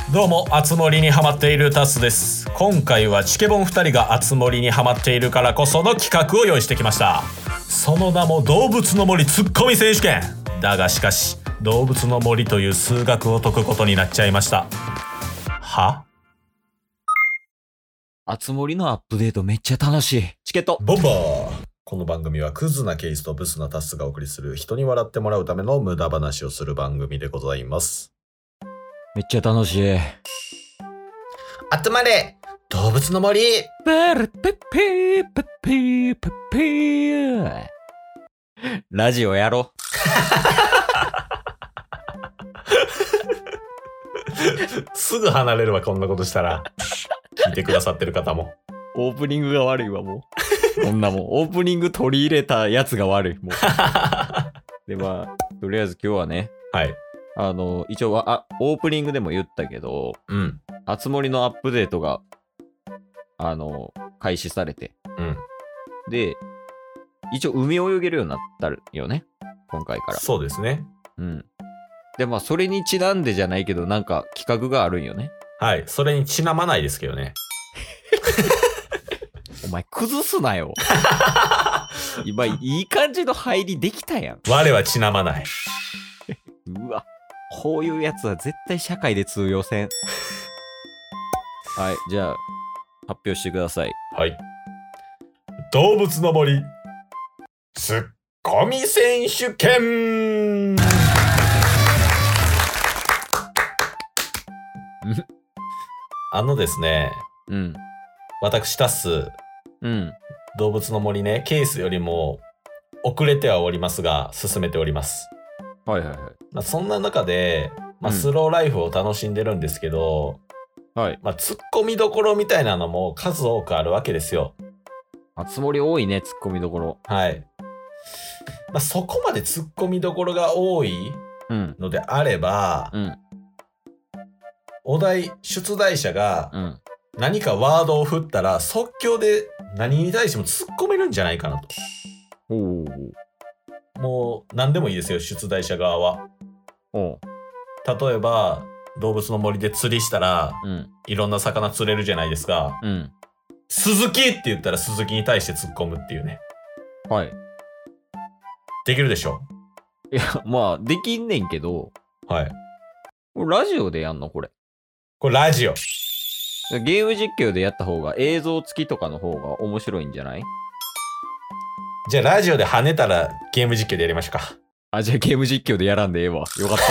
どうも、あつ森にハマっているタスです。今回はチケボン2人があつ森にハマっているからこその企画を用意してきました。その名も動物の森ツッコミ選手権。だがしかし、動物の森という数学を解くことになっちゃいました。は？ あつ森のアップデートめっちゃ楽しい。チケットボンバー。この番組はクズなケースとブスなタスがお送りする人に笑ってもらうための無駄話をする番組でございます。 めっちゃ楽しい。 集まれ動物の森。 ペルペペペペペペラジオやろ。 すぐ離れるわ、こんなことしたら。聞いてくださってる方も。 オープニングが悪いわ、もう。こんなもん。オープニング取り入れたやつが悪い。もう。で、まあ、とりあえず今日はね。 はい。 一応は、オープニングでも言ったけど、 うん。 あつ森のアップデートが、開始されて。 うん。 で、一応海泳げるようになったよね。今回から。 そうですね。 うん。で、まあ、それにちなんでじゃないけど、なんか企画があるんよね。 はい。それにちなまないですけどね。 お前、崩すなよ。今、いい感じの入りできたやん。 我はちなまない。 うわ。こういうやつは絶対社会で通用せん。はい、じゃあ、発表してください。 はい。動物の森ツッコミ選手権。ですね、 うん。 私タス、 うん。 動物の森ね、ケースよりも遅れてはおりますが、進めております。 はいはいはい。 まあ、そんな中で、スローライフを楽しんでるんですけど、 はい。 ツッコミどころみたいなのも数多くあるわけですよ。 あつ森多いね、ツッコミどころ。 はい。そこまでツッコミどころが多いのであれば、出題者が何かワードを振ったら即興で何に対しても突っ込めるんじゃないかなと。もう何でもいいですよ、出題者側は。例えば動物の森で釣りしたら、いろんな魚釣れるじゃないですか。鈴木って言ったら鈴木に対して突っ込むっていうね。 はい。 できるでしょ？ いや、まあ、できんねんけど。 はい。 ラジオでやんのこれ。 これラジオ。 ゲーム実況でやった方が、映像付きとかの方が面白いんじゃない？ じゃあラジオで跳ねたらゲーム実況でやりましょうか。 じゃあゲーム実況でやらんでええわ。よかった。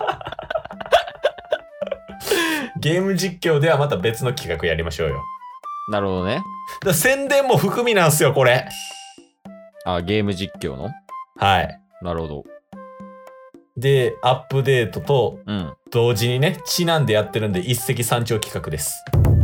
ゲーム実況ではまた別の企画やりましょうよ。 なるほどね。 宣伝も含みなんすよ、これ。 ゲーム実況の？ はい。 なるほど。 で、アップデートと同時にね、ちなんでやってるんで一石三鳥企画です。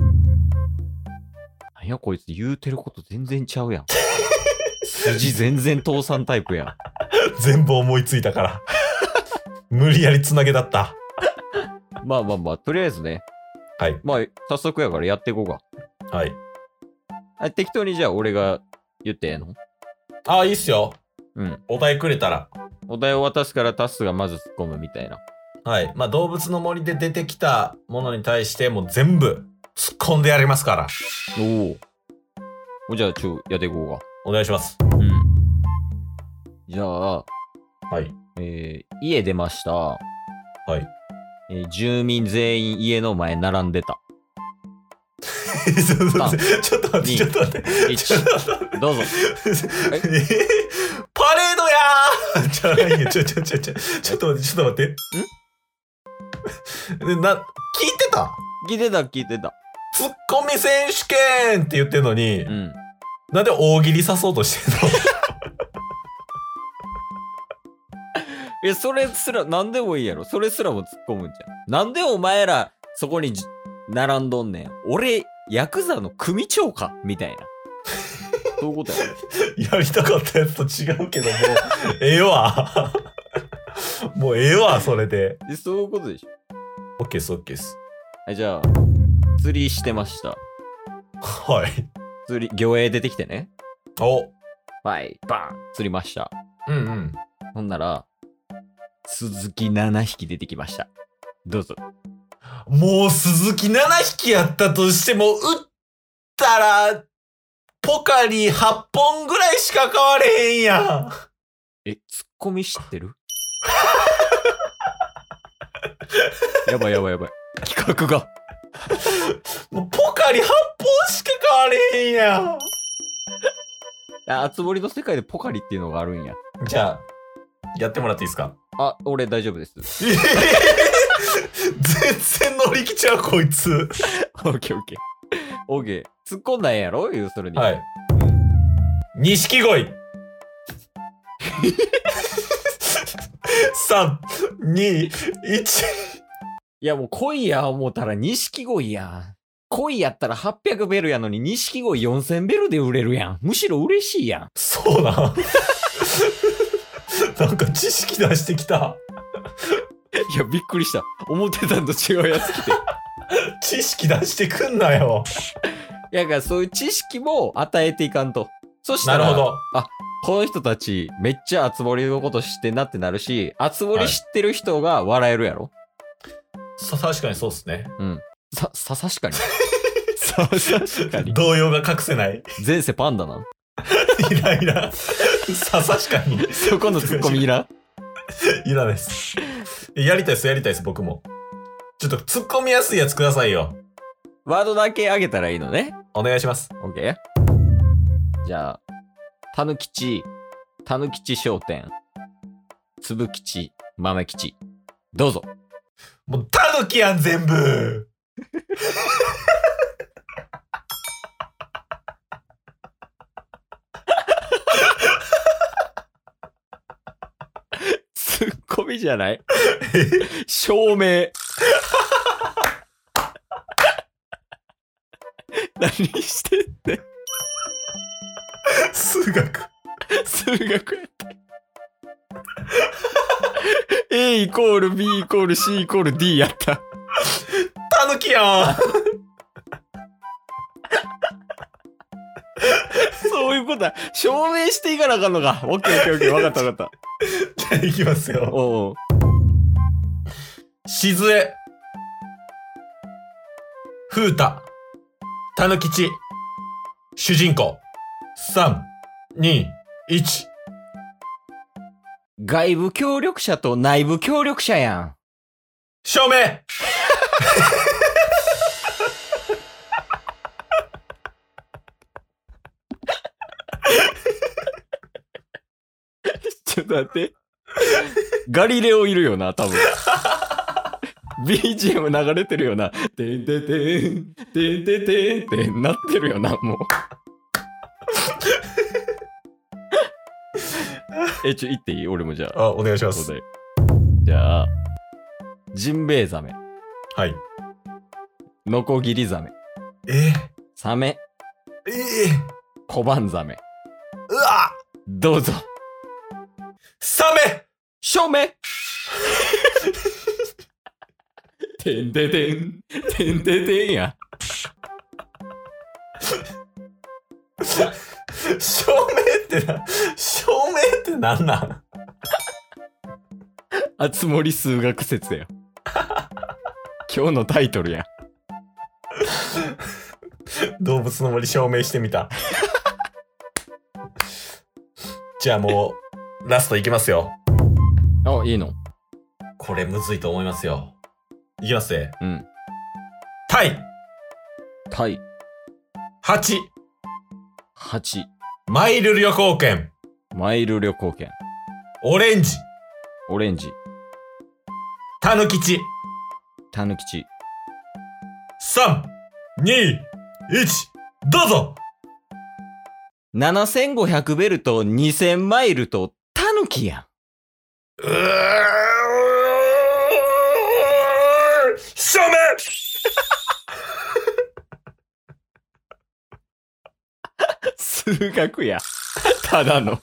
なんやこいつ言うてること全然ちゃうやん。筋全然倒産タイプやん。 全部思いついたから。無理やりつなげだった。 まあ、とりあえずね。 はい。 まあ、早速やからやっていこうか。 はい。 適当にじゃあ俺が言ってええの？ いいっすよ。お題くれたら。 お題を渡すからタスがまず突っ込むみたいな。 はい。動物の森で出てきたものに対してもう全部突っ込んでやりますから。 じゃあやっていこうか。 お願いします。 じゃあ、 はい。 家出ました。 はい。 住民全員家の前並んでた。 ちょっと待って。 どうぞ。 パレードやーちょっと待って。聞いてた。ツッコミ選手権って言ってんのに、なんで大喜利さそうとしてんの？ いや、それすら、なんでもいいやろ。それすらも突っ込むんじゃん。なんでお前ら、そこに並んどんねん。俺、ヤクザの組長かみたいな。そういうことやろ。 やりたかったやつと違うけども、ええわ。もうええわ、それで。 そういうことでしょ。 オッケーです。 じゃあ、釣りしてました。 はい。 釣り、魚影出てきてね。はい、バーン釣りました。ほんなら、鈴木7匹出てきました。どうぞ。 もう鈴木7匹やったとしても、打ったら、ポカリ8本ぐらいしか買われへんやん。 ツッコミ知ってる？やばい。企画が。 もうポカリ8本しか買われへんやん。 あつ森の世界でポカリっていうのがあるんや。 じゃあ、やってもらっていいですか？ あ、俺大丈夫です。 全然乗り気ちゃう、こいつ。 オッケー。突っ込んだんやろ要するに。 はい。錦鯉。3、2、1。 いやもう恋や思ったら錦鯉や。恋やったら800ベルやのに錦鯉4000ベルで売れるやん。むしろ嬉しいやん。 そうな。なんか知識出してきた。 いやびっくりした。思ってたんと違うやつ来て。 知識出してくんなよ。 いやだからそういう知識も与えていかんと。そしたら、 なるほど。 この人たちめっちゃあつ森のこと知ってんなってなるし、あつ森知ってる人が笑えるやろ。 確かにそうっすね。 うん。確かに。確かに。 動揺が隠せない。 前世パンダな。 いらん。確かに。 そこのツッコミいらん？ いらないです。やりたいです、僕も。ちょっと突っ込みやすいやつくださいよ。 ワードだけあげたらいいのね。 お願いします。 オッケー。じゃあ、たぬきち商店、つぶきち、豆吉。どうぞ。 もうタヌキやん、全部。 ツッコミじゃない？証明。何してんねん。 数学やった。A イコール B イコール C イコール D やった。 タヌキやん。 そういうことだ。証明していかなあかんのか。オッケー。わかった。 じゃあいきますよ。 おう。 しずえ。ふうた。たぬきち。主人公。3、2、1。 外部協力者と内部協力者やん。 証明。 ちょっと待って。ガリレオいるよな、多分。BGM 流れてるよな。てんててん、てんててんってなってるよな、もう。言っていい？俺もじゃあ。 お願いします。 じゃあ、ジンベエザメ。 はい。 ノコギリザメ。サメ。コバンザメ。 うわ！ どうぞ。 サメ！ 証明！てんててん、てんててんや。 証明ってなんなん？ あつ森数学説や。今日のタイトルや。 動物の森証明してみた。じゃあもうラストいきますよ。 あ、いいの？ これむずいと思いますよ。いきますね。 うん。 タイ。8。マイル旅行券。オレンジ。タヌキチ。3、2、1、どうぞ。 7500ベルと2000マイルとタヌキやん。 証明。 数学や。ただの。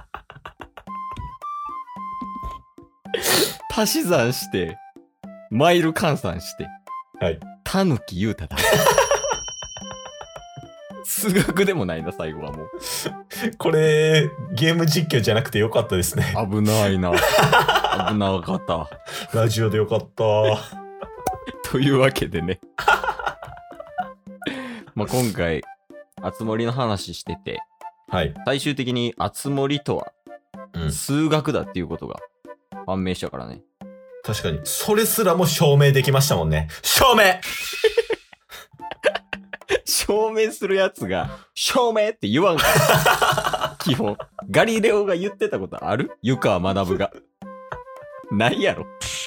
足し算して、マイル換算して、 はい。 タヌキ言うただ。数学でもないな、最後はもう。 これ、ゲーム実況じゃなくてよかったですね。 危ないな。危なかった。 ラジオでよかった。 というわけでねまあ今回あつ森の話してて、 はい。 最終的にあつ森とは数学だっていうことが判明したからね。 確かに。それすらも証明できましたもんね。証明証明するやつが、証明って言わんから。基本。ガリレオが言ってたことある？湯川学が。ないやろ。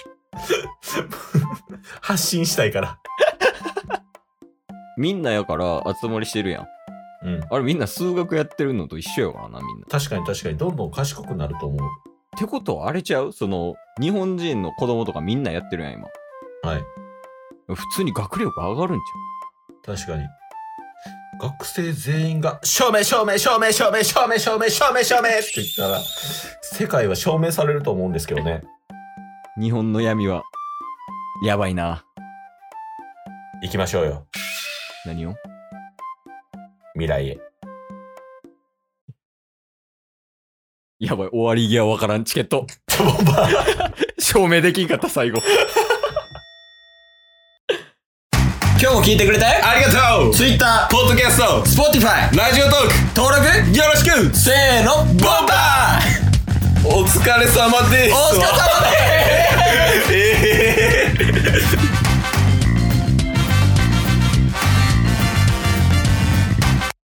発信したいから。 みんなやから集まりしてるやん。 うん。 あれみんな数学やってるのと一緒やからな、みんな。 確かに確かに。どんどん賢くなると思う。 ってことはあれちゃう？その、日本人の子供とかみんなやってるやん、今。 はい。 普通に学力上がるんちゃ確かに。学生全員が、証明証明証明証明証明証明証明証明って言ったら、世界は証明されると思うんですけどね。 う？日本の闇は、やばいな。 行きましょうよ。 何を？ 未来へ。 やばい、終わり際わからんチケット。証明できんかった、最後。今日も聞いてくれてありがとう。 Twitter、ポッドキャスト、Spotify、ラジオトーク登録よろしく。せーの、ボンバー。お疲れ様です。お疲れ様